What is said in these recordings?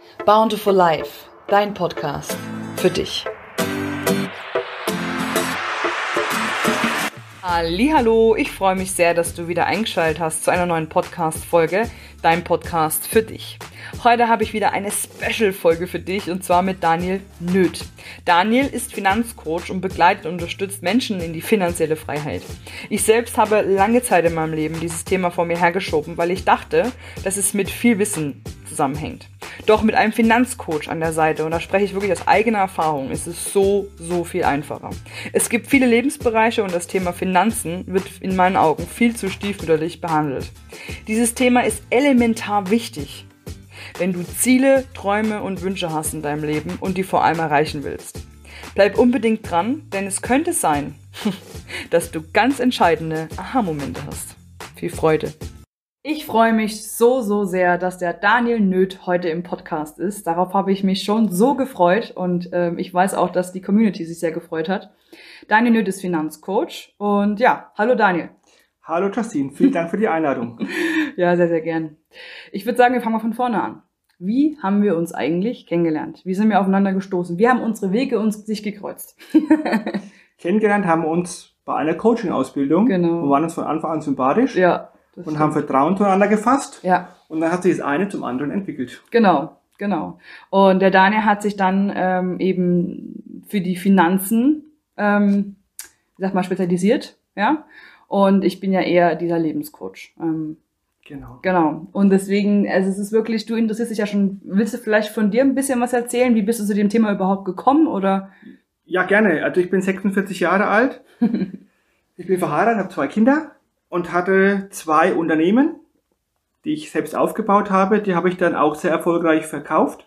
Bountiful Life, dein Podcast für dich. Hallihallo, ich freue mich sehr, dass du wieder eingeschaltet hast zu einer neuen Podcast-Folge, dein Podcast für dich. Heute habe ich wieder eine Special-Folge für dich und zwar mit Daniel Nöth. Daniel ist Finanzcoach und begleitet und unterstützt Menschen in die finanzielle Freiheit. Ich selbst habe lange Zeit in meinem Leben dieses Thema vor mir hergeschoben, weil ich dachte, dass es mit viel Wissen zusammenhängt. Doch mit einem Finanzcoach an der Seite, und da spreche ich wirklich aus eigener Erfahrung, ist es so viel einfacher. Es gibt viele Lebensbereiche und das Thema Finanzen wird in meinen Augen viel zu stiefmütterlich behandelt. Dieses Thema ist elementar wichtig, wenn du Ziele, Träume und Wünsche hast in deinem Leben und die vor allem erreichen willst. Bleib unbedingt dran, denn es könnte sein, dass du ganz entscheidende Aha-Momente hast. Viel Freude! Ich freue mich so sehr, dass der Daniel Nöth heute im Podcast ist. Darauf habe ich mich schon so gefreut und ich weiß auch, dass die Community sich sehr gefreut hat. Daniel Nöth ist Finanzcoach und ja, hallo Daniel. Hallo Justine, vielen Dank für die Einladung. Ja, sehr gern. Ich würde sagen, wir fangen mal von vorne an. Wie haben wir uns eigentlich kennengelernt? Wie sind wir aufeinander gestoßen? Wie haben unsere Wege sich gekreuzt? Kennengelernt haben wir uns bei einer Coaching-Ausbildung. Genau. Wir waren uns von Anfang an sympathisch. Ja. Und haben Vertrauen zueinander gefasst. Ja. Und dann hat sich das eine zum anderen entwickelt. Genau. Und der Daniel hat sich dann eben für die Finanzen, spezialisiert, ja. Und ich bin ja eher dieser Lebenscoach. Genau. Und deswegen, also es ist wirklich, du interessierst dich ja schon, willst du vielleicht von dir ein bisschen was erzählen? Wie bist du zu dem Thema überhaupt gekommen, oder? Ja, gerne. Also ich bin 46 Jahre alt. Ich bin verheiratet, habe 2 Kinder. Und hatte 2 Unternehmen, die ich selbst aufgebaut habe. Die habe ich dann auch sehr erfolgreich verkauft.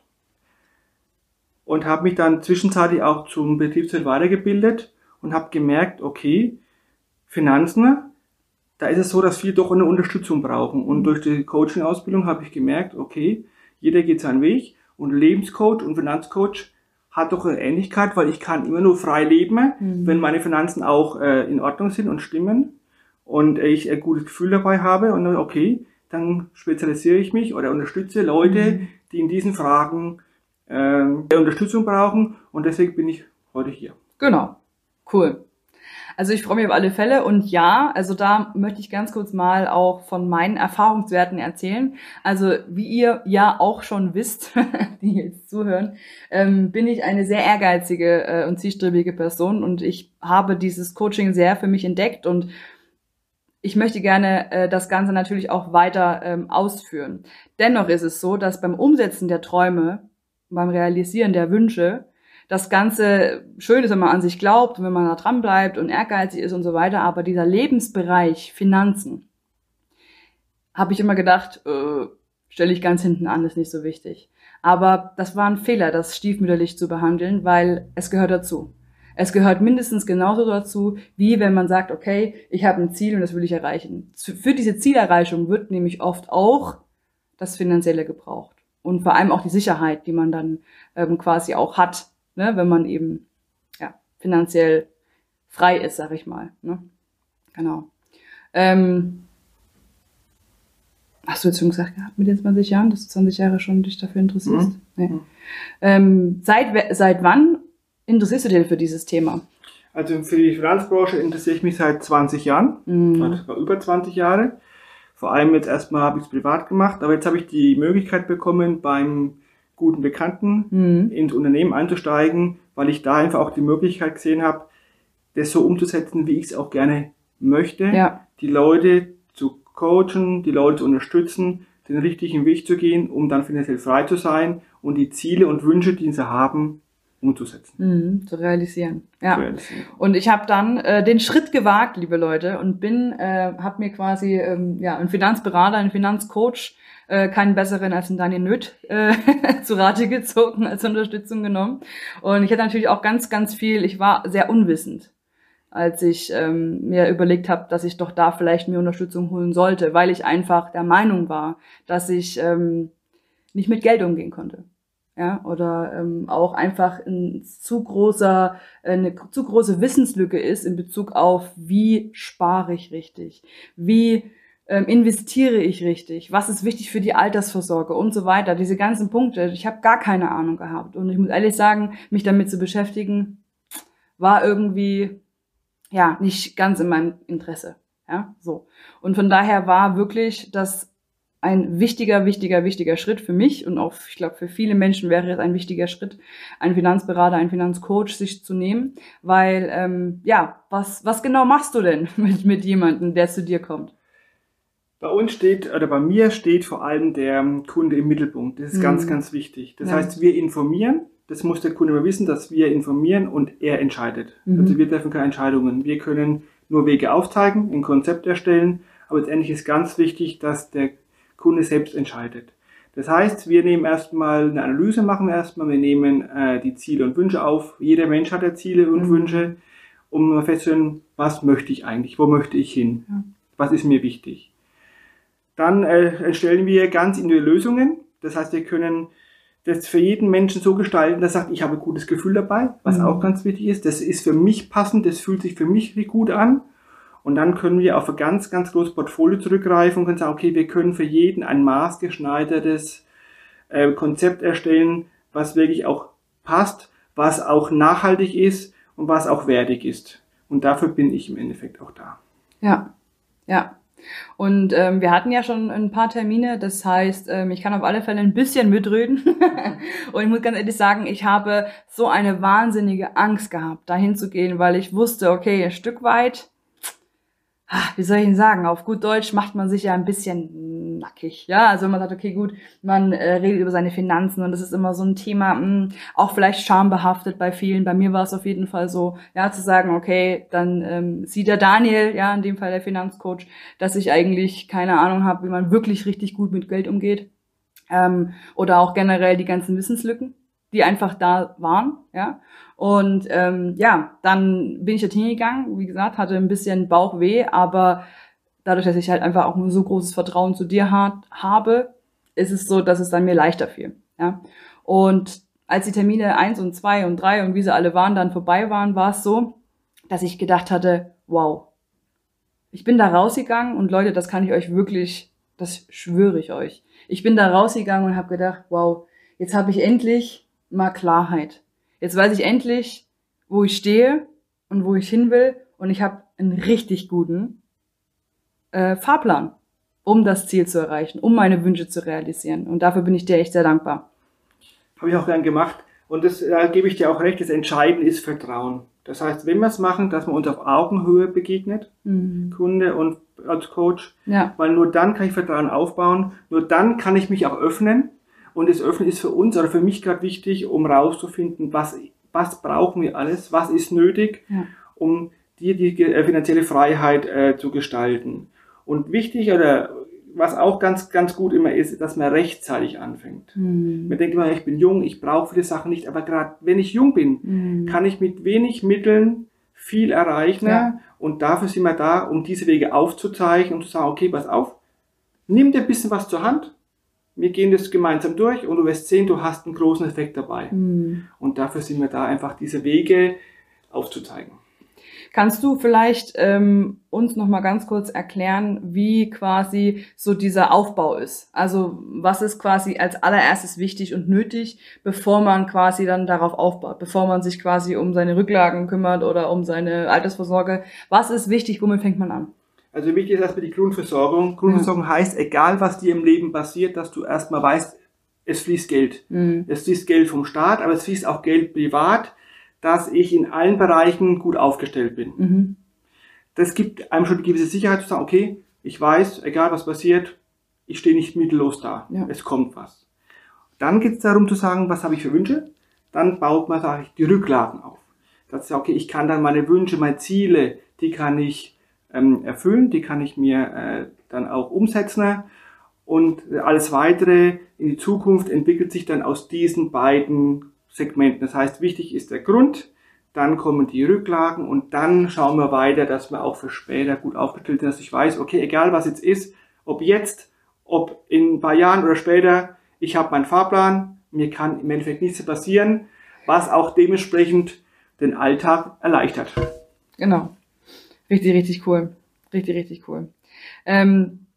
Und habe mich dann zwischenzeitlich auch zum Betriebswirt weitergebildet. Und habe gemerkt, okay, Finanzen, da ist es so, dass viele doch eine Unterstützung brauchen. Und durch die Coaching-Ausbildung habe ich gemerkt, okay, jeder geht seinen Weg. Und Lebenscoach und Finanzcoach hat doch eine Ähnlichkeit, weil ich kann immer nur frei leben, wenn meine Finanzen auch in Ordnung sind und stimmen. Und ich ein gutes Gefühl dabei habe und okay, dann spezialisiere ich mich oder unterstütze Leute, die in diesen Fragen Unterstützung brauchen, und deswegen bin ich heute hier. Genau, cool. Also ich freue mich auf alle Fälle und ja, also da möchte ich ganz kurz mal auch von meinen Erfahrungswerten erzählen. Also wie ihr ja auch schon wisst, die jetzt zuhören, bin ich eine sehr ehrgeizige und zielstrebige Person und ich habe dieses Coaching sehr für mich entdeckt und ich möchte gerne das Ganze natürlich auch weiter ausführen. Dennoch ist es so, dass beim Umsetzen der Träume, beim Realisieren der Wünsche, das Ganze schön ist, wenn man an sich glaubt und wenn man da dran bleibt und ehrgeizig ist und so weiter. Aber dieser Lebensbereich Finanzen, habe ich immer gedacht, stelle ich ganz hinten an, ist nicht so wichtig. Aber das war ein Fehler, das stiefmütterlich zu behandeln, weil es gehört dazu. Es gehört mindestens genauso dazu, wie wenn man sagt, okay, ich habe ein Ziel und das will ich erreichen. Für diese Zielerreichung wird nämlich oft auch das Finanzielle gebraucht. Und vor allem auch die Sicherheit, die man dann quasi auch hat, ne, wenn man eben finanziell frei ist, sag ich mal. Ne? Genau. Hast du jetzt schon gesagt gehabt mit den 20 Jahren, dass du 20 Jahre schon dich dafür interessierst? Nee. Seit wann interessierst du dich für dieses Thema? Also für die Finanzbranche interessiere ich mich seit 20 Jahren, sogar über 20 Jahre. Vor allem jetzt erstmal habe ich es privat gemacht, aber jetzt habe ich die Möglichkeit bekommen, beim guten Bekannten ins Unternehmen einzusteigen, weil ich da einfach auch die Möglichkeit gesehen habe, das so umzusetzen, wie ich es auch gerne möchte. Ja. Die Leute zu coachen, die Leute zu unterstützen, den richtigen Weg zu gehen, um dann finanziell frei zu sein und die Ziele und Wünsche, die sie haben, umzusetzen. Zu realisieren. Ja. Und ich habe dann den Schritt gewagt, liebe Leute, und habe mir quasi einen Finanzberater, einen Finanzcoach, keinen besseren als den Daniel Nöth zu Rate gezogen, als Unterstützung genommen. Und ich hatte natürlich auch ganz viel, ich war sehr unwissend, als ich mir überlegt habe, dass ich doch da vielleicht mir Unterstützung holen sollte, weil ich einfach der Meinung war, dass ich nicht mit Geld umgehen konnte. Ja, oder auch einfach eine zu große Wissenslücke ist in Bezug auf, wie spare ich richtig, wie investiere ich richtig? Was ist wichtig für die Altersvorsorge und so weiter? Diese ganzen Punkte, ich habe gar keine Ahnung gehabt. Und ich muss ehrlich sagen, mich damit zu beschäftigen, war irgendwie ja nicht ganz in meinem Interesse. Ja, so. Und von daher war wirklich das ein wichtiger Schritt für mich und auch, ich glaube, für viele Menschen wäre es ein wichtiger Schritt, einen Finanzberater, einen Finanzcoach sich zu nehmen, weil, was genau machst du denn mit jemandem, der zu dir kommt? Bei mir steht vor allem der Kunde im Mittelpunkt. Das ist ganz wichtig. Das heißt, wir informieren. Das muss der Kunde immer wissen, dass wir informieren und er entscheidet. Also wir treffen keine Entscheidungen. Wir können nur Wege aufzeigen, ein Konzept erstellen, aber letztendlich ist ganz wichtig, dass der Kunde selbst entscheidet. Das heißt, wir nehmen erstmal eine Analyse, wir nehmen die Ziele und Wünsche auf. Jeder Mensch hat ja Ziele und Wünsche, um festzustellen, was möchte ich eigentlich, wo möchte ich hin, was ist mir wichtig. Dann erstellen wir ganz individuelle Lösungen. Das heißt, wir können das für jeden Menschen so gestalten, dass er sagt, ich habe ein gutes Gefühl dabei, was auch ganz wichtig ist. Das ist für mich passend, das fühlt sich für mich gut an. Und dann können wir auf ein ganz großes Portfolio zurückgreifen und können sagen, okay, wir können für jeden ein maßgeschneidertes Konzept erstellen, was wirklich auch passt, was auch nachhaltig ist und was auch wertig ist. Und dafür bin ich im Endeffekt auch da. Ja. Und wir hatten ja schon ein paar Termine, das heißt, ich kann auf alle Fälle ein bisschen mitreden. Und ich muss ganz ehrlich sagen, ich habe so eine wahnsinnige Angst gehabt, dahin zu gehen, weil ich wusste, okay, ein Stück weit, wie soll ich denn sagen, auf gut Deutsch macht man sich ja ein bisschen nackig, ja, also wenn man sagt, okay, gut, man redet über seine Finanzen und das ist immer so ein Thema, auch vielleicht schambehaftet bei vielen, bei mir war es auf jeden Fall so, ja, zu sagen, okay, dann sieht der Daniel, ja, in dem Fall der Finanzcoach, dass ich eigentlich keine Ahnung habe, wie man wirklich richtig gut mit Geld umgeht, oder auch generell die ganzen Wissenslücken, die einfach da waren, ja. Und dann bin ich da hingegangen, wie gesagt, hatte ein bisschen Bauchweh, aber dadurch, dass ich halt einfach auch nur so großes Vertrauen zu dir habe, ist es so, dass es dann mir leichter fiel, ja. Und als die Termine 1 und 2 und 3 und wie sie alle waren, dann vorbei waren, war es so, dass ich gedacht hatte, wow, ich bin da rausgegangen und Leute, das kann ich euch wirklich, das schwöre ich euch. Ich bin da rausgegangen und habe gedacht, wow, jetzt habe ich endlich mal Klarheit. Jetzt weiß ich endlich, wo ich stehe und wo ich hin will und ich habe einen richtig guten Fahrplan, um das Ziel zu erreichen, um meine Wünsche zu realisieren. Und dafür bin ich dir echt sehr dankbar. Habe ich auch gern gemacht. Und da gebe ich dir auch recht, das Entscheidende ist Vertrauen. Das heißt, wenn wir es machen, dass man uns auf Augenhöhe begegnet, Kunde und als Coach, weil nur dann kann ich Vertrauen aufbauen, nur dann kann ich mich auch öffnen. Und das Öffnen ist für uns oder für mich gerade wichtig, um rauszufinden, was brauchen wir alles, was ist nötig, um die finanzielle Freiheit zu gestalten. Und wichtig oder was auch ganz gut immer ist, dass man rechtzeitig anfängt. Man denkt immer, ich bin jung, ich brauche viele Sachen nicht, aber gerade wenn ich jung bin, kann ich mit wenig Mitteln viel erreichen. Ja. Und dafür sind wir da, um diese Wege aufzuzeichnen und zu sagen, okay, pass auf, nimm dir ein bisschen was zur Hand. Wir gehen das gemeinsam durch und du wirst sehen, du hast einen großen Effekt dabei. Und dafür sind wir da, einfach diese Wege aufzuzeigen. Kannst du vielleicht uns noch mal ganz kurz erklären, wie quasi so dieser Aufbau ist? Also was ist quasi als allererstes wichtig und nötig, bevor man quasi dann darauf aufbaut, bevor man sich quasi um seine Rücklagen kümmert oder um seine Altersvorsorge? Was ist wichtig, womit fängt man an? Also wichtig ist erstmal die Grundversorgung. Grundversorgung heißt, egal was dir im Leben passiert, dass du erstmal weißt, es fließt Geld. Es fließt Geld vom Staat, aber es fließt auch Geld privat, dass ich in allen Bereichen gut aufgestellt bin. Das gibt einem schon eine gewisse Sicherheit zu sagen, okay, ich weiß, egal was passiert, ich stehe nicht mittellos da. Ja. Es kommt was. Dann geht es darum zu sagen, was habe ich für Wünsche? Dann baut man, sage ich, die Rücklagen auf. Das ist okay, ich kann dann meine Wünsche, meine Ziele, die kann ich erfüllen, die kann ich mir dann auch umsetzen und alles weitere in die Zukunft entwickelt sich dann aus diesen beiden Segmenten. Das heißt, wichtig ist der Grund, dann kommen die Rücklagen und dann schauen wir weiter, dass wir auch für später gut aufgestellt sind, dass ich weiß, okay, egal was jetzt ist, ob jetzt, ob in ein paar Jahren oder später, ich habe meinen Fahrplan, mir kann im Endeffekt nichts passieren, was auch dementsprechend den Alltag erleichtert. Genau. Richtig cool. Richtig cool.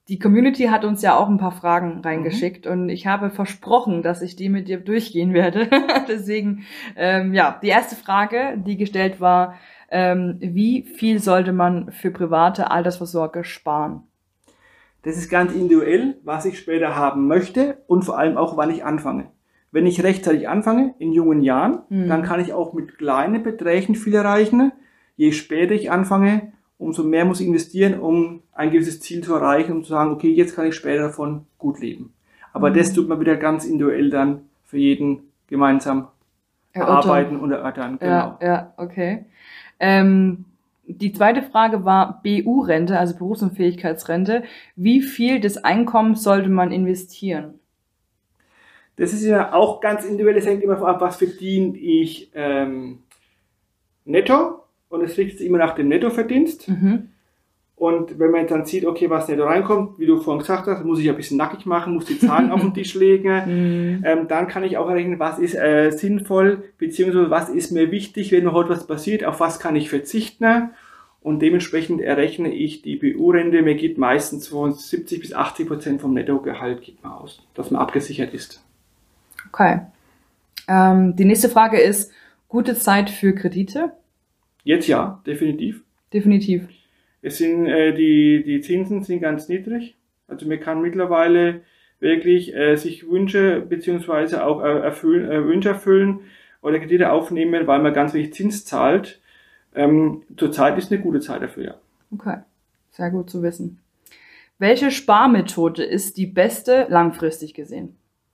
Die Community hat uns ja auch ein paar Fragen reingeschickt und ich habe versprochen, dass ich die mit dir durchgehen werde. Deswegen, die erste Frage, die gestellt war, wie viel sollte man für private Altersvorsorge sparen? Das ist ganz individuell, was ich später haben möchte und vor allem auch, wann ich anfange. Wenn ich rechtzeitig anfange, in jungen Jahren, dann kann ich auch mit kleinen Beträgen viel erreichen. Je später ich anfange, umso mehr muss ich investieren, um ein gewisses Ziel zu erreichen, um zu sagen, okay, jetzt kann ich später davon gut leben. Aber das tut man wieder ganz individuell dann für jeden gemeinsam erarbeiten und erörtern. Genau. Ja, okay. Die zweite Frage war BU-Rente, also Berufsunfähigkeitsrente. Wie viel des Einkommens sollte man investieren? Das ist ja auch ganz individuell, es hängt immer ab, was verdiene ich netto. Und es richtet sich immer nach dem Nettoverdienst. Und wenn man dann sieht, okay, was netto reinkommt, wie du vorhin gesagt hast, muss ich ein bisschen nackig machen, muss die Zahlen auf den Tisch legen. Dann kann ich auch errechnen, was ist sinnvoll, beziehungsweise was ist mir wichtig, wenn mir heute was passiert, auf was kann ich verzichten. Und dementsprechend errechne ich die BU-Rente. Mir geht meistens von 70-80% vom Nettogehalt geht man aus, dass man abgesichert ist. Okay. Die nächste Frage ist, gute Zeit für Kredite? Jetzt ja, definitiv. Definitiv. Es sind die Zinsen sind ganz niedrig. Also man kann mittlerweile wirklich sich Wünsche beziehungsweise auch Wünsche erfüllen oder Kredite aufnehmen, weil man ganz wenig Zins zahlt. Zurzeit ist eine gute Zeit dafür, ja. Okay, sehr gut zu wissen. Welche Sparmethode ist die beste langfristig gesehen?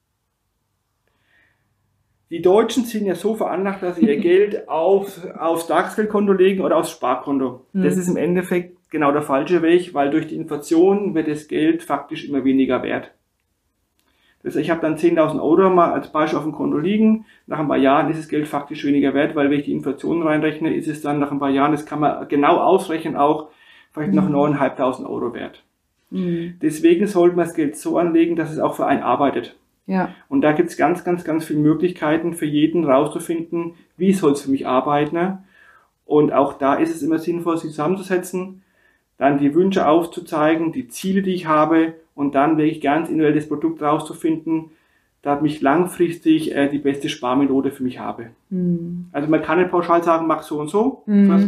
Die Deutschen sind ja so veranlagt, dass sie ihr Geld aufs Tagesgeldkonto legen oder aufs Sparkonto. Das ist im Endeffekt genau der falsche Weg, weil durch die Inflation wird das Geld faktisch immer weniger wert. Also ich habe dann 10.000 Euro mal als Beispiel auf dem Konto liegen. Nach ein paar Jahren ist das Geld faktisch weniger wert, weil wenn ich die Inflation reinrechne, ist es dann nach ein paar Jahren, das kann man genau ausrechnen, auch vielleicht noch 9.500 Euro wert. Deswegen sollte man das Geld so anlegen, dass es auch für einen arbeitet. Ja. Und da gibt es ganz, ganz, ganz viele Möglichkeiten für jeden rauszufinden, wie soll es für mich arbeiten. Und auch da ist es immer sinnvoll, sich zusammenzusetzen, dann die Wünsche aufzuzeigen, die Ziele, die ich habe und dann wirklich ganz individuell das Produkt rauszufinden, damit ich langfristig die beste Sparmethode für mich habe. Also man kann nicht pauschal sagen, mach so und so.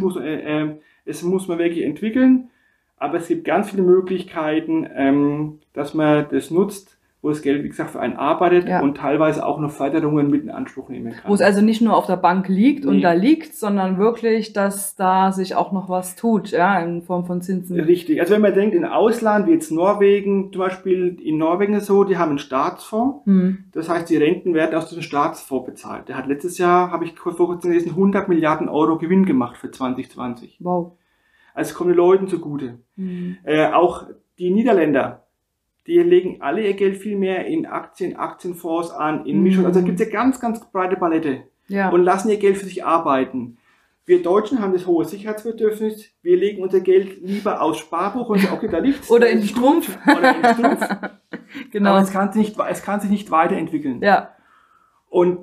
Es muss man wirklich entwickeln, aber es gibt ganz viele Möglichkeiten, dass man das nutzt, wo das Geld, wie gesagt, für einen arbeitet und teilweise auch noch Förderungen mit in Anspruch nehmen kann. Wo es also nicht nur auf der Bank liegt und da liegt, sondern wirklich, dass da sich auch noch was tut, ja, in Form von Zinsen. Richtig. Also wenn man denkt, in Ausland, wie jetzt Norwegen, zum Beispiel in Norwegen ist so, die haben einen Staatsfonds. Das heißt, die Renten werden aus diesem Staatsfonds bezahlt. Der hat letztes Jahr, habe ich vor kurzem gelesen, 100 Milliarden Euro Gewinn gemacht für 2020. Wow. Also es kommt den Leuten zugute. Auch die Niederländer, die legen alle ihr Geld viel mehr in Aktien, Aktienfonds an, in Mischung. Also da gibt es ja ganz, ganz breite Palette. Ja. Und lassen ihr Geld für sich arbeiten. Wir Deutschen haben das hohe Sicherheitsbedürfnis. Wir legen unser Geld lieber aufs Sparbuch und sagen, okay, da liegt's. Oder in den Strumpf. Oder in den Strumpf. Genau. Aber es kann sich nicht weiterentwickeln. Ja. Und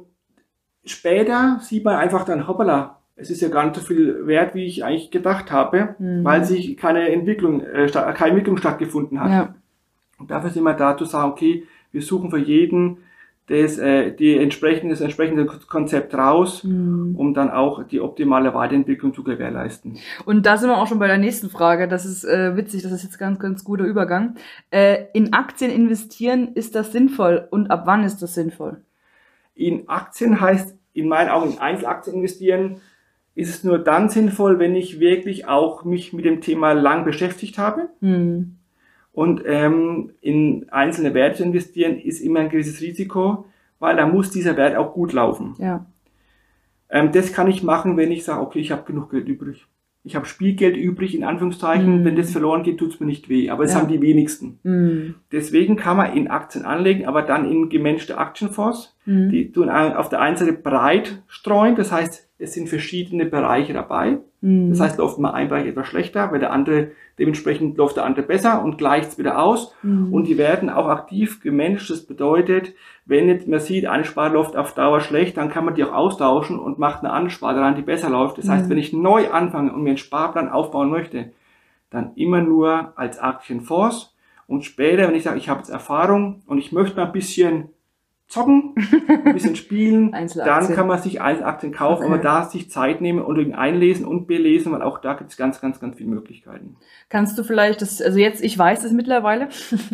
später sieht man einfach dann, hoppala, es ist ja gar nicht so viel wert, wie ich eigentlich gedacht habe, weil sich keine Entwicklung stattgefunden hat. Ja. Und dafür sind wir da zu sagen, okay, wir suchen für jeden das entsprechende Konzept raus, um dann auch die optimale Weiterentwicklung zu gewährleisten. Und da sind wir auch schon bei der nächsten Frage. Das ist witzig, das ist jetzt ganz, ganz guter Übergang. In Aktien investieren, ist das sinnvoll und ab wann ist das sinnvoll? In Aktien heißt in meinen Augen in Einzelaktien investieren, ist es nur dann sinnvoll, wenn ich wirklich auch mich mit dem Thema lang beschäftigt habe. Und in einzelne Werte zu investieren, ist immer ein gewisses Risiko, weil da muss dieser Wert auch gut laufen. Ja. Das kann ich machen, wenn ich sage, okay, ich habe genug Geld übrig. Ich habe Spielgeld übrig, in Anführungszeichen. Wenn das verloren geht, tut's mir nicht weh. Aber das haben die wenigsten. Deswegen kann man in Aktien anlegen, aber dann in gemanagte Aktienfonds, die tun auf der einen Seite breit streuen. Das heißt, es sind verschiedene Bereiche dabei. Das heißt, läuft mal ein Bereich etwas schlechter, weil der andere, dementsprechend läuft der andere besser und gleicht's wieder aus. Und die werden auch aktiv gemanagt. Das bedeutet, wenn jetzt man sieht, eine Sparte läuft auf Dauer schlecht, dann kann man die auch austauschen und macht eine andere Sparte rein, die besser läuft. Das heißt, wenn ich neu anfange und mir einen Sparplan aufbauen möchte, dann immer nur als Aktienfonds Und später, wenn ich sage, ich habe jetzt Erfahrung und ich möchte mal ein bisschen zocken, ein bisschen spielen, dann kann man sich Einzelaktien kaufen, aber da sich Zeit nehmen und einlesen und belesen, weil auch da gibt es ganz, ganz, ganz viele Möglichkeiten. Kannst du vielleicht, also jetzt, ich weiß es mittlerweile,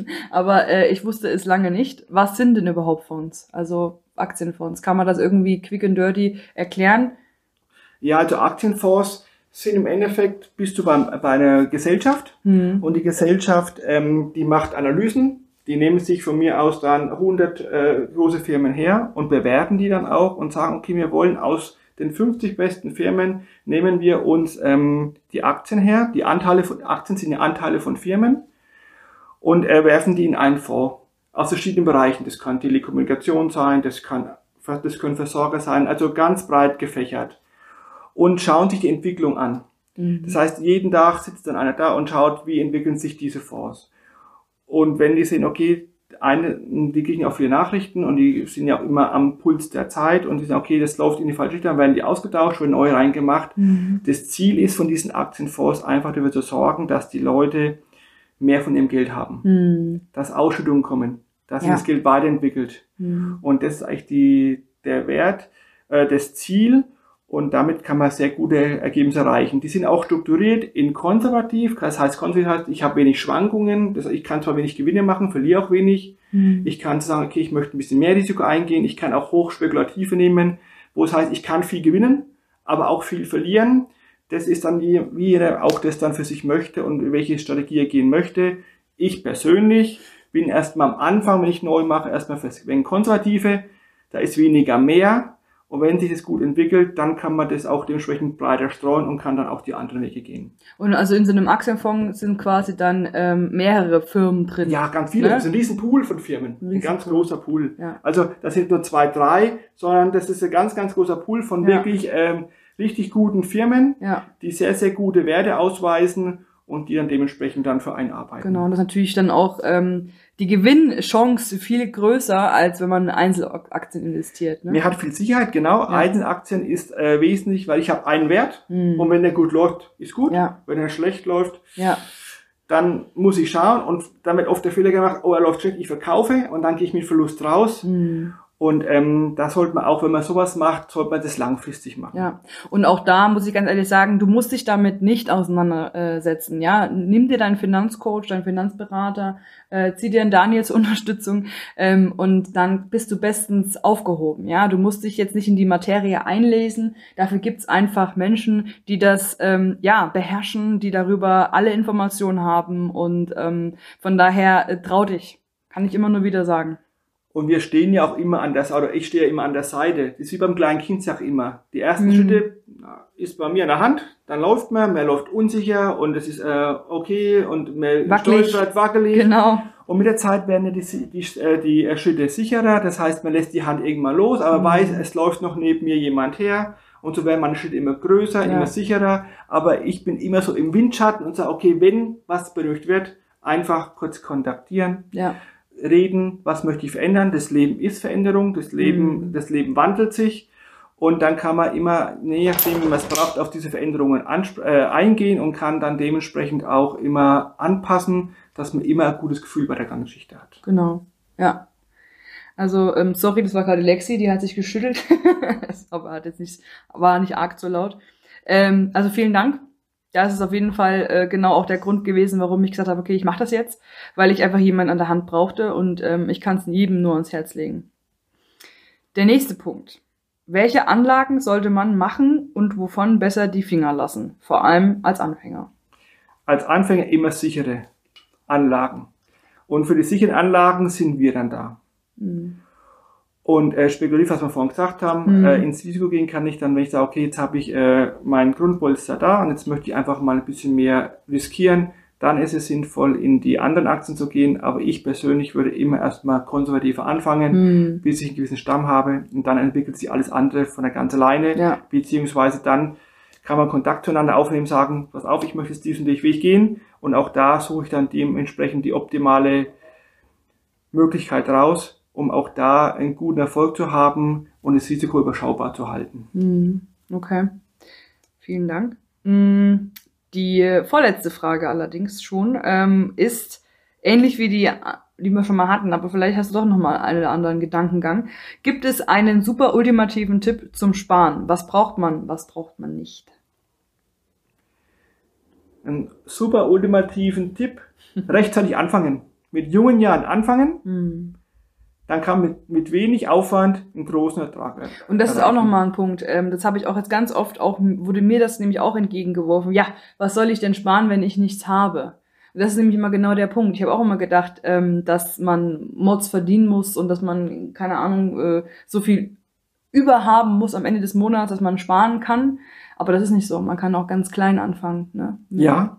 aber ich wusste es lange nicht. Was sind denn überhaupt Fonds? Also Aktienfonds. Kann man das irgendwie quick and dirty erklären? Ja, also Aktienfonds sind im Endeffekt, bist du bei einer Gesellschaft und die Gesellschaft, die macht Analysen. Die nehmen sich von mir aus dann 100 große Firmen her und bewerten die dann auch und sagen, okay, wir wollen aus den 50 besten Firmen, nehmen wir uns die Aktien her. Die Anteile von Aktien sind die Anteile von Firmen und werfen die in einen Fonds aus verschiedenen Bereichen. Das kann Telekommunikation sein, das können Versorger sein, also ganz breit gefächert. Und schauen sich die Entwicklung an. Das heißt, jeden Tag sitzt dann einer da und schaut, wie entwickeln sich diese Fonds. Und wenn die sehen, okay, die kriegen auch viele Nachrichten und die sind ja auch immer am Puls der Zeit und die sagen, okay, das läuft in die falsche Richtung, dann werden die ausgetauscht, werden neu reingemacht. Das Ziel ist von diesen Aktienfonds einfach dafür zu sorgen, dass die Leute mehr von ihrem Geld haben. Dass Ausschüttungen kommen, dass sich das Geld weiterentwickelt. Und das ist eigentlich der Wert, das Ziel. Und damit kann man sehr gute Ergebnisse erreichen. Die sind auch strukturiert in konservativ. Das heißt, konservativ heißt, ich habe wenig Schwankungen. Ich kann zwar wenig Gewinne machen, verliere auch wenig. Ich kann sagen, okay, ich möchte ein bisschen mehr Risiko eingehen. Ich kann auch hochspekulative nehmen, wo es heißt, ich kann viel gewinnen, aber auch viel verlieren. Das ist dann, wie jeder auch das dann für sich möchte und welche Strategie er gehen möchte. Ich persönlich bin erstmal am Anfang, wenn ich neu mache, erstmal für ein konservative. Da ist weniger mehr. Und wenn sich das gut entwickelt, dann kann man das auch dementsprechend breiter streuen und kann dann auch die anderen Wege gehen. Und also in so einem Aktienfonds sind quasi dann mehrere Firmen drin? Ja, ganz viele. Ne? Das ist ein riesen Pool von Firmen. Ein ganz großer Pool. Ja. Also das sind nur 2, 3, sondern das ist ein ganz, ganz großer Pool von wirklich richtig guten Firmen, die sehr, sehr gute Werte ausweisen und die dann dementsprechend dann für einen arbeiten. Genau, und das ist natürlich dann auch die Gewinnchance viel größer, als wenn man in Einzelaktien investiert. Ne? Mir hat viel Sicherheit, genau. Ja. Einzelaktien ist wesentlich, weil ich habe einen Wert und wenn der gut läuft, ist gut. Ja. Wenn er schlecht läuft, dann muss ich schauen und dann wird oft der Fehler gemacht, oh, er läuft schlecht, ich verkaufe und dann gehe ich mit Verlust raus. Und da sollte man auch, wenn man sowas macht, sollte man das langfristig machen. Ja, und auch da muss ich ganz ehrlich sagen, du musst dich damit nicht auseinandersetzen. Ja, nimm dir deinen Finanzcoach, deinen Finanzberater, zieh dir einen Daniels Unterstützung und dann bist du bestens aufgehoben. Ja, du musst dich jetzt nicht in die Materie einlesen. Dafür gibt's einfach Menschen, die das beherrschen, die darüber alle Informationen haben und von daher trau dich. Kann ich immer nur wieder sagen. Und wir stehen ja auch immer an der Seite, oder ich stehe ja immer an der Seite. Das ist wie beim kleinen Kind, sag ich immer. Die ersten Schritte ist bei mir in der Hand, dann läuft man läuft unsicher und es ist okay und man stolpert wackelig. Genau. Und mit der Zeit werden die Schritte sicherer, das heißt, man lässt die Hand irgendwann los, aber weiß, es läuft noch neben mir jemand her. Und so werden meine Schritte immer größer, immer sicherer. Aber ich bin immer so im Windschatten und sage, okay, wenn was benötigt wird, einfach kurz kontaktieren. Ja. Reden, was möchte ich verändern, das Leben ist Veränderung, das Leben wandelt sich und dann kann man immer, je nachdem wie man es braucht, auf diese Veränderungen eingehen und kann dann dementsprechend auch immer anpassen, dass man immer ein gutes Gefühl bei der ganzen Geschichte hat. Genau, ja. Also, sorry, das war gerade Lexi, die hat sich geschüttelt, aber war nicht arg so laut. Also vielen Dank. Das ist auf jeden Fall genau auch der Grund gewesen, warum ich gesagt habe, okay, ich mache das jetzt, weil ich einfach jemanden an der Hand brauchte und ich kann es jedem nur ans Herz legen. Der nächste Punkt. Welche Anlagen sollte man machen und wovon besser die Finger lassen? Vor allem als Anfänger. Als Anfänger immer sichere Anlagen. Und für die sicheren Anlagen sind wir dann da. Und spekulativ, was wir vorhin gesagt haben, ins Risiko gehen kann ich dann, wenn ich sage, okay, jetzt habe ich meinen Grundpolster da und jetzt möchte ich einfach mal ein bisschen mehr riskieren, dann ist es sinnvoll, in die anderen Aktien zu gehen. Aber ich persönlich würde immer erstmal konservativer anfangen, bis ich einen gewissen Stamm habe und dann entwickelt sich alles andere von der ganz alleine, beziehungsweise dann kann man Kontakt zueinander aufnehmen, sagen, pass auf, ich möchte jetzt diesen Weg gehen und auch da suche ich dann dementsprechend die optimale Möglichkeit raus, um auch da einen guten Erfolg zu haben und das Risiko überschaubar zu halten. Okay, vielen Dank. Die vorletzte Frage allerdings schon ist ähnlich wie die wir schon mal hatten, aber vielleicht hast du doch noch mal einen oder anderen Gedankengang. Gibt es einen super ultimativen Tipp zum Sparen? Was braucht man nicht? Einen super ultimativen Tipp, rechtzeitig anfangen. Mit jungen Jahren anfangen, dann kann man mit wenig Aufwand einen großen Ertrag erreichen. Und das ist auch nochmal ein Punkt, das habe ich auch jetzt ganz oft, wurde mir das nämlich auch entgegengeworfen, ja, was soll ich denn sparen, wenn ich nichts habe? Und das ist nämlich immer genau der Punkt. Ich habe auch immer gedacht, dass man Mods verdienen muss und dass man, keine Ahnung, so viel überhaben muss am Ende des Monats, dass man sparen kann. Aber das ist nicht so. Man kann auch ganz klein anfangen. Ne? Ja.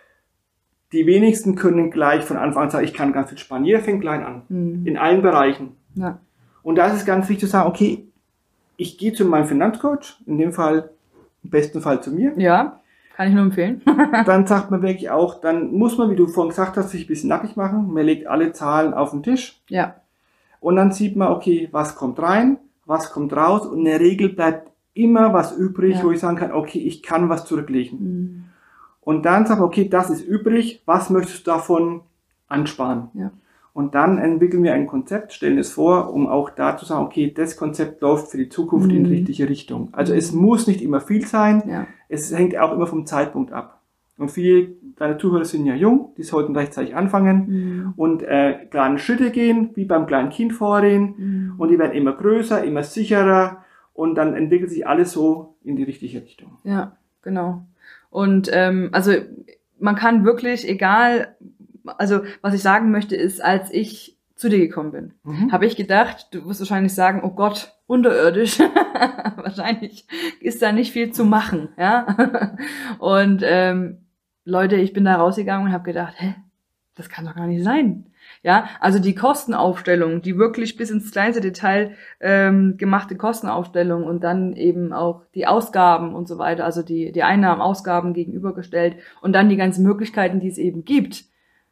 Die wenigsten können gleich von Anfang an sagen, ich kann ganz viel sparen. Jeder fängt klein an. In allen Bereichen. Ja. Und da ist es ganz wichtig zu sagen, okay, ich gehe zu meinem Finanzcoach, in dem Fall, im besten Fall zu mir. Ja, kann ich nur empfehlen. Dann sagt man wirklich auch, dann muss man, wie du vorhin gesagt hast, sich ein bisschen nackig machen. Man legt alle Zahlen auf den Tisch. Ja. Und dann sieht man, okay, was kommt rein, was kommt raus. Und in der Regel bleibt immer was übrig, wo ich sagen kann, okay, ich kann was zurücklegen. Und dann sagt man, okay, das ist übrig, was möchtest du davon ansparen? Ja. Und dann entwickeln wir ein Konzept, stellen es vor, um auch da zu sagen, okay, das Konzept läuft für die Zukunft in die richtige Richtung. Also es muss nicht immer viel sein, es hängt auch immer vom Zeitpunkt ab. Und viele deine Zuhörer sind ja jung, die sollten rechtzeitig anfangen und kleine Schritte gehen, wie beim kleinen Kind vorhin. Und die werden immer größer, immer sicherer und dann entwickelt sich alles so in die richtige Richtung. Ja, genau. Und also man kann wirklich, egal, also was ich sagen möchte ist, als ich zu dir gekommen bin, habe ich gedacht, du wirst wahrscheinlich sagen, oh Gott, unterirdisch, wahrscheinlich ist da nicht viel zu machen, ja. Und Leute, ich bin da rausgegangen und habe gedacht, das kann doch gar nicht sein. Ja, also die Kostenaufstellung, die wirklich bis ins kleinste Detail gemachte Kostenaufstellung und dann eben auch die Ausgaben und so weiter, also die Einnahmen, Ausgaben gegenübergestellt und dann die ganzen Möglichkeiten, die es eben gibt.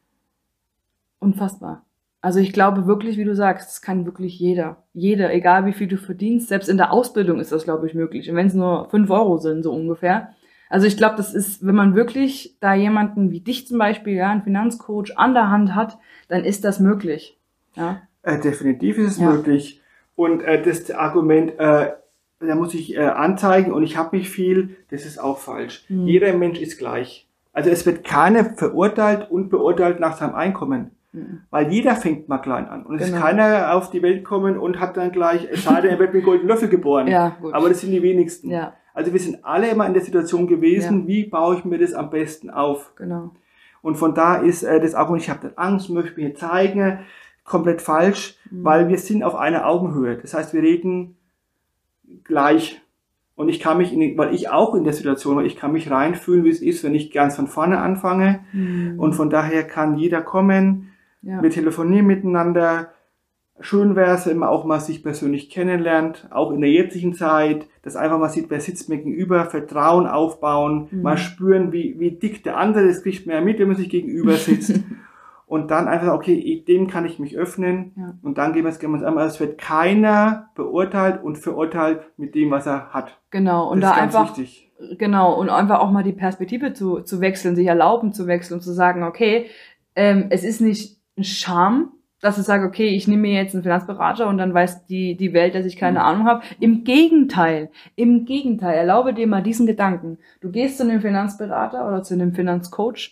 Unfassbar. Also ich glaube wirklich, wie du sagst, das kann wirklich jeder, egal wie viel du verdienst, selbst in der Ausbildung ist das, glaube ich, möglich. Und wenn es nur 5 Euro sind, so ungefähr. Also ich glaube, das ist, wenn man wirklich da jemanden wie dich zum Beispiel, ja, einen Finanzcoach an der Hand hat, dann ist das möglich. Ja. Definitiv ist es möglich. Und das Argument, da muss ich anzeigen und ich habe mich viel, das ist auch falsch. Jeder Mensch ist gleich. Also es wird keiner verurteilt und beurteilt nach seinem Einkommen. Weil jeder fängt mal klein an. Und es ist keiner auf die Welt kommen und hat dann gleich, es sei denn, er wird mit goldenen Löffel geboren. Ja, gut. Aber das sind die wenigsten. Ja. Also wir sind alle immer in der Situation gewesen, wie baue ich mir das am besten auf? Genau. Und von da ist das Argument, ich habe dann Angst, möchte mir zeigen, komplett falsch, weil wir sind auf einer Augenhöhe. Das heißt, wir reden gleich. Und ich kann mich, weil ich auch in der Situation war, ich kann mich reinfühlen, wie es ist, wenn ich ganz von vorne anfange. Und von daher kann jeder kommen, wir telefonieren miteinander. Schön wäre es, wenn man auch mal sich persönlich kennenlernt, auch in der jetzigen Zeit, dass einfach mal sieht, wer sitzt mir gegenüber, Vertrauen aufbauen, mal spüren, wie dick der andere ist, kriegt man ja mit, wenn man sich gegenüber sitzt. Und dann einfach, okay, dem kann ich mich öffnen. Und dann gehen wir es gemeinsam an. Es wird keiner beurteilt und verurteilt mit dem, was er hat. Genau. Und das da ist ganz einfach, wichtig. Genau. Und einfach auch mal die Perspektive zu wechseln, sich erlauben zu wechseln und zu sagen, okay, es ist nicht ein Scham, dass ich sage, okay, ich nehme mir jetzt einen Finanzberater und dann weiß die Welt, dass ich keine Ahnung habe. Im Gegenteil, erlaube dir mal diesen Gedanken. Du gehst zu einem Finanzberater oder zu einem Finanzcoach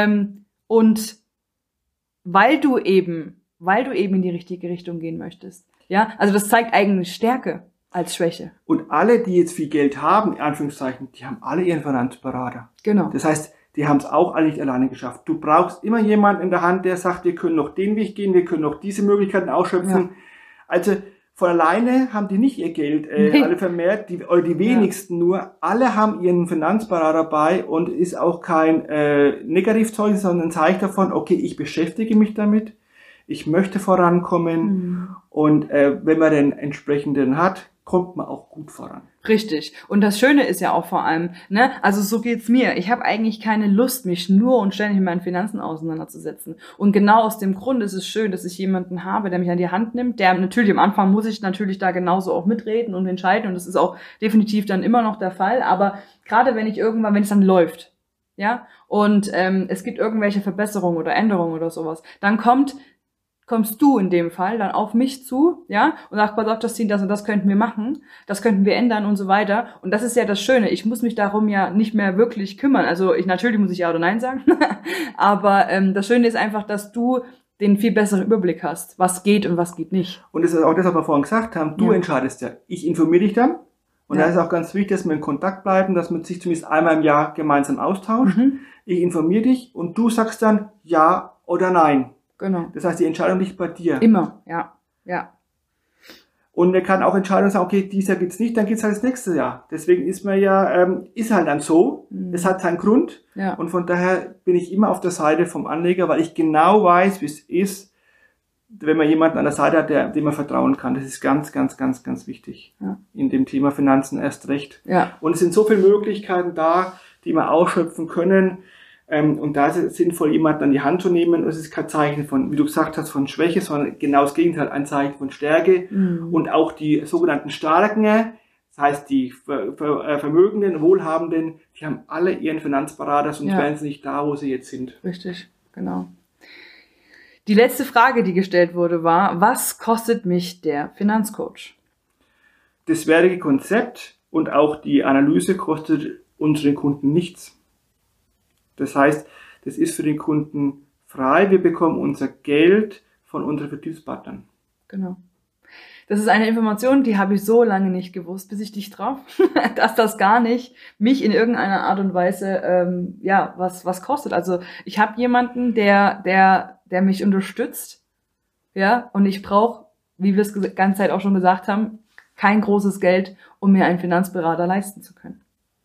und weil du eben in die richtige Richtung gehen möchtest. Ja, also das zeigt eigentlich Stärke als Schwäche. Und alle, die jetzt viel Geld haben, in Anführungszeichen, die haben alle ihren Finanzberater. Genau. Das heißt, die haben es auch alle nicht alleine geschafft. Du brauchst immer jemanden in der Hand, der sagt, wir können noch den Weg gehen, wir können noch diese Möglichkeiten ausschöpfen. Ja. Also von alleine haben die nicht ihr Geld alle vermehrt, die wenigsten nur. Alle haben ihren Finanzberater dabei und ist auch kein Negativzeugnis, sondern ein Zeichen davon, okay, ich beschäftige mich damit, ich möchte vorankommen und wenn man den entsprechenden hat, kommt man auch gut voran. Richtig. Und das Schöne ist ja auch vor allem, ne, also so geht's mir. Ich habe eigentlich keine Lust, mich nur und ständig mit meinen Finanzen auseinanderzusetzen. Und genau aus dem Grund ist es schön, dass ich jemanden habe, der mich an die Hand nimmt, der natürlich am Anfang muss ich natürlich da genauso auch mitreden und entscheiden und das ist auch definitiv dann immer noch der Fall. Aber gerade wenn es dann läuft, ja, und es gibt irgendwelche Verbesserungen oder Änderungen oder sowas, dann kommst du in dem Fall dann auf mich zu, ja, und sagst, pass auf, das Team, das und das könnten wir machen, das könnten wir ändern und so weiter. Und das ist ja das Schöne. Ich muss mich darum ja nicht mehr wirklich kümmern. Also natürlich muss ich ja oder nein sagen, aber das Schöne ist einfach, dass du den viel besseren Überblick hast, was geht und was geht nicht. Und das ist auch das, was wir vorhin gesagt haben. Du entscheidest ja. Ich informiere dich dann. Und da ist auch ganz wichtig, dass wir in Kontakt bleiben, dass man sich zumindest einmal im Jahr gemeinsam austauscht. Ich informiere dich und du sagst dann ja oder nein. Genau. Das heißt, die Entscheidung liegt bei dir. Immer, ja. Und man kann auch Entscheidungen sagen, okay, dieses Jahr geht's nicht, dann geht's halt das nächste Jahr. Deswegen ist man ja, ist halt dann so. Es hat seinen Grund. Ja. Und von daher bin ich immer auf der Seite vom Anleger, weil ich genau weiß, wie es ist, wenn man jemanden an der Seite hat, dem man vertrauen kann. Das ist ganz, ganz, ganz, ganz wichtig. Ja. In dem Thema Finanzen erst recht. Ja. Und es sind so viele Möglichkeiten da, die wir ausschöpfen können. Und da ist es sinnvoll, jemanden an die Hand zu nehmen. Und es ist kein Zeichen von, wie du gesagt hast, von Schwäche, sondern genau das Gegenteil, ein Zeichen von Stärke. Und auch die sogenannten Starken, das heißt die Vermögenden, Wohlhabenden, die haben alle ihren Finanzberater, sonst wären sie nicht da, wo sie jetzt sind. Richtig, genau. Die letzte Frage, die gestellt wurde, war, was kostet mich der Finanzcoach? Das wertige Konzept und auch die Analyse kostet unseren Kunden nichts. Das heißt, das ist für den Kunden frei. Wir bekommen unser Geld von unseren Vertriebspartnern. Genau. Das ist eine Information, die habe ich so lange nicht gewusst, bis ich dich drauf, dass das gar nicht mich in irgendeiner Art und Weise, was kostet. Also ich habe jemanden, der mich unterstützt, ja, und ich brauche, wie wir es die ganze Zeit auch schon gesagt haben, kein großes Geld, um mir einen Finanzberater leisten zu können.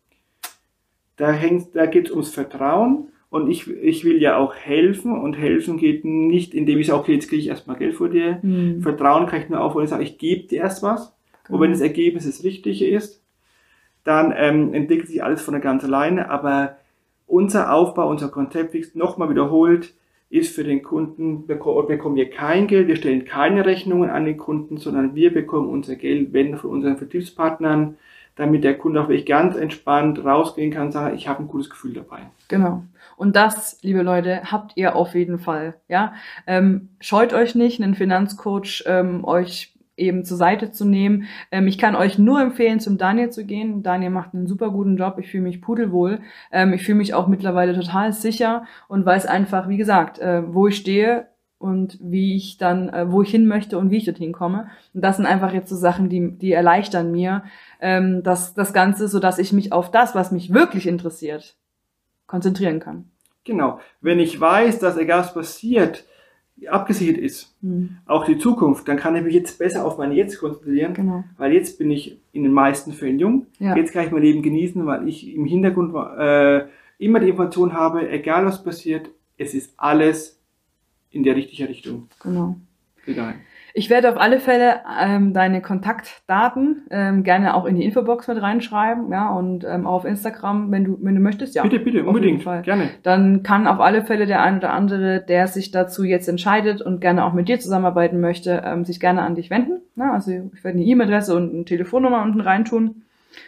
Da geht es ums Vertrauen und ich will ja auch helfen und helfen geht nicht, indem ich sage, okay, jetzt kriege ich erstmal Geld von dir. Vertrauen kann ich nur aufholen, ich sage, ich gebe dir erst was. Und wenn das Ergebnis das Richtige ist, dann entwickelt sich alles von der ganz alleine. Aber unser Aufbau, unser Konzept, wie ich es nochmal wiederholt, ist für den Kunden, bekommen wir kein Geld, wir stellen keine Rechnungen an den Kunden, sondern wir bekommen unser Geld, wenn von unseren Vertriebspartnern, damit der Kunde auch wirklich ganz entspannt rausgehen kann und sagen, ich habe ein gutes Gefühl dabei. Genau. Und das, liebe Leute, habt ihr auf jeden Fall. Ja, scheut euch nicht, einen Finanzcoach euch eben zur Seite zu nehmen. Ich kann euch nur empfehlen, zum Daniel zu gehen. Daniel macht einen super guten Job. Ich fühle mich pudelwohl. Ich fühle mich auch mittlerweile total sicher und weiß einfach, wie gesagt, wo ich stehe und wie ich dann, wo ich hin möchte und wie ich dorthin komme. Und das sind einfach jetzt so Sachen, die erleichtern mir das Ganze, so dass ich mich auf das, was mich wirklich interessiert, konzentrieren kann. Genau. Wenn ich weiß, dass egal was passiert, abgesichert ist, auch die Zukunft, dann kann ich mich jetzt besser auf meine Jetzt konzentrieren, Genau. weil jetzt bin ich in den meisten Fällen jung. Ja. Jetzt kann ich mein Leben genießen, weil ich im Hintergrund immer die Information habe, egal was passiert, es ist alles in der richtigen Richtung. Genau. Egal. Ich werde auf alle Fälle deine Kontaktdaten gerne auch in die Infobox mit reinschreiben, ja, und auch auf Instagram, wenn du möchtest, ja. Bitte, unbedingt, gerne. Dann kann auf alle Fälle der ein oder andere, der sich dazu jetzt entscheidet und gerne auch mit dir zusammenarbeiten möchte, sich gerne an dich wenden. Ja, also ich werde eine E-Mail-Adresse und eine Telefonnummer unten reintun.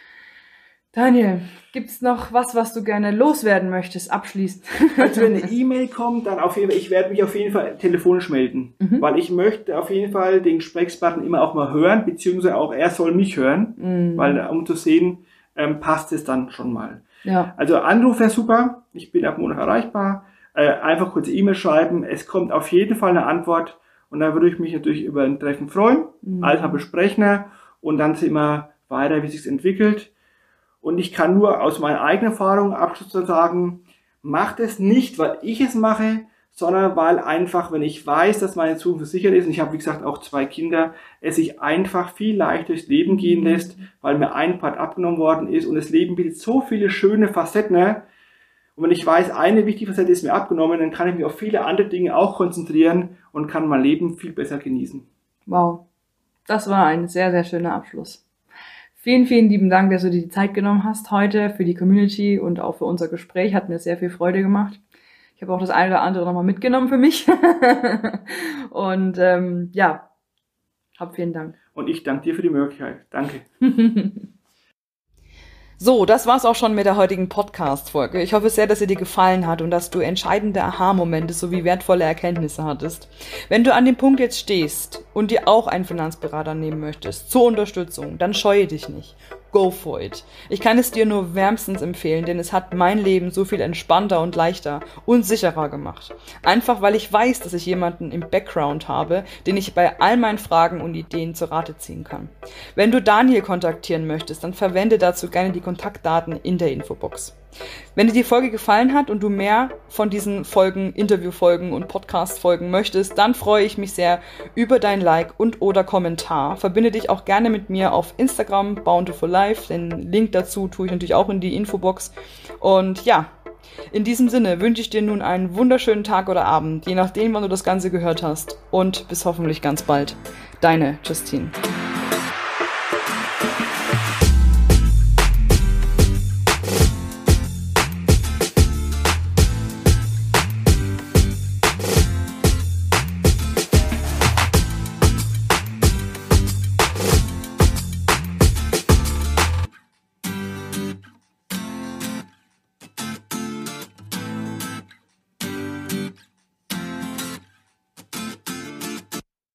Daniel, gibt's noch was du gerne loswerden möchtest, abschließend? Also wenn eine E-Mail kommt, dann auf jeden Fall, ich werde mich auf jeden Fall telefonisch melden, weil ich möchte auf jeden Fall den Gesprächspartner immer auch mal hören, beziehungsweise auch er soll mich hören, weil um zu sehen, passt es dann schon mal. Ja. Also Anruf wäre super, ich bin ab Montag erreichbar, einfach kurze E-Mail schreiben, es kommt auf jeden Fall eine Antwort und dann würde ich mich natürlich über ein Treffen freuen, alles mal besprechen und dann sehen wir weiter, wie es sich entwickelt. Und ich kann nur aus meiner eigenen Erfahrung abschließend sagen, macht es nicht, weil ich es mache, sondern weil einfach, wenn ich weiß, dass meine Zukunft versichert ist, und ich habe, wie gesagt, auch 2 Kinder, es sich einfach viel leichter durchs Leben gehen lässt, weil mir ein Part abgenommen worden ist und das Leben bietet so viele schöne Facetten. Und wenn ich weiß, eine wichtige Facette ist mir abgenommen, dann kann ich mich auf viele andere Dinge auch konzentrieren und kann mein Leben viel besser genießen. Wow, das war ein sehr, sehr schöner Abschluss. Vielen, vielen lieben Dank, dass du dir die Zeit genommen hast heute für die Community und auch für unser Gespräch. Hat mir sehr viel Freude gemacht. Ich habe auch das eine oder andere nochmal mitgenommen für mich. Und hab vielen Dank. Und ich danke dir für die Möglichkeit. Danke. So, das war's auch schon mit der heutigen Podcast-Folge. Ich hoffe sehr, dass sie dir gefallen hat und dass du entscheidende Aha-Momente sowie wertvolle Erkenntnisse hattest. Wenn du an dem Punkt jetzt stehst und dir auch einen Finanzberater nehmen möchtest, zur Unterstützung, dann scheue dich nicht. Go for it. Ich kann es dir nur wärmstens empfehlen, denn es hat mein Leben so viel entspannter und leichter und sicherer gemacht. Einfach weil ich weiß, dass ich jemanden im Background habe, den ich bei all meinen Fragen und Ideen zur Rate ziehen kann. Wenn du Daniel kontaktieren möchtest, dann verwende dazu gerne die Kontaktdaten in der Infobox. Wenn dir die Folge gefallen hat und du mehr von diesen Folgen, Interviewfolgen und Podcast-Folgen möchtest, dann freue ich mich sehr über dein Like und oder Kommentar. Verbinde dich auch gerne mit mir auf Instagram, Bountiful Life. Den Link dazu tue ich natürlich auch in die Infobox. Und ja, in diesem Sinne wünsche ich dir nun einen wunderschönen Tag oder Abend, je nachdem, wann du das Ganze gehört hast. Und bis hoffentlich ganz bald. Deine Justine.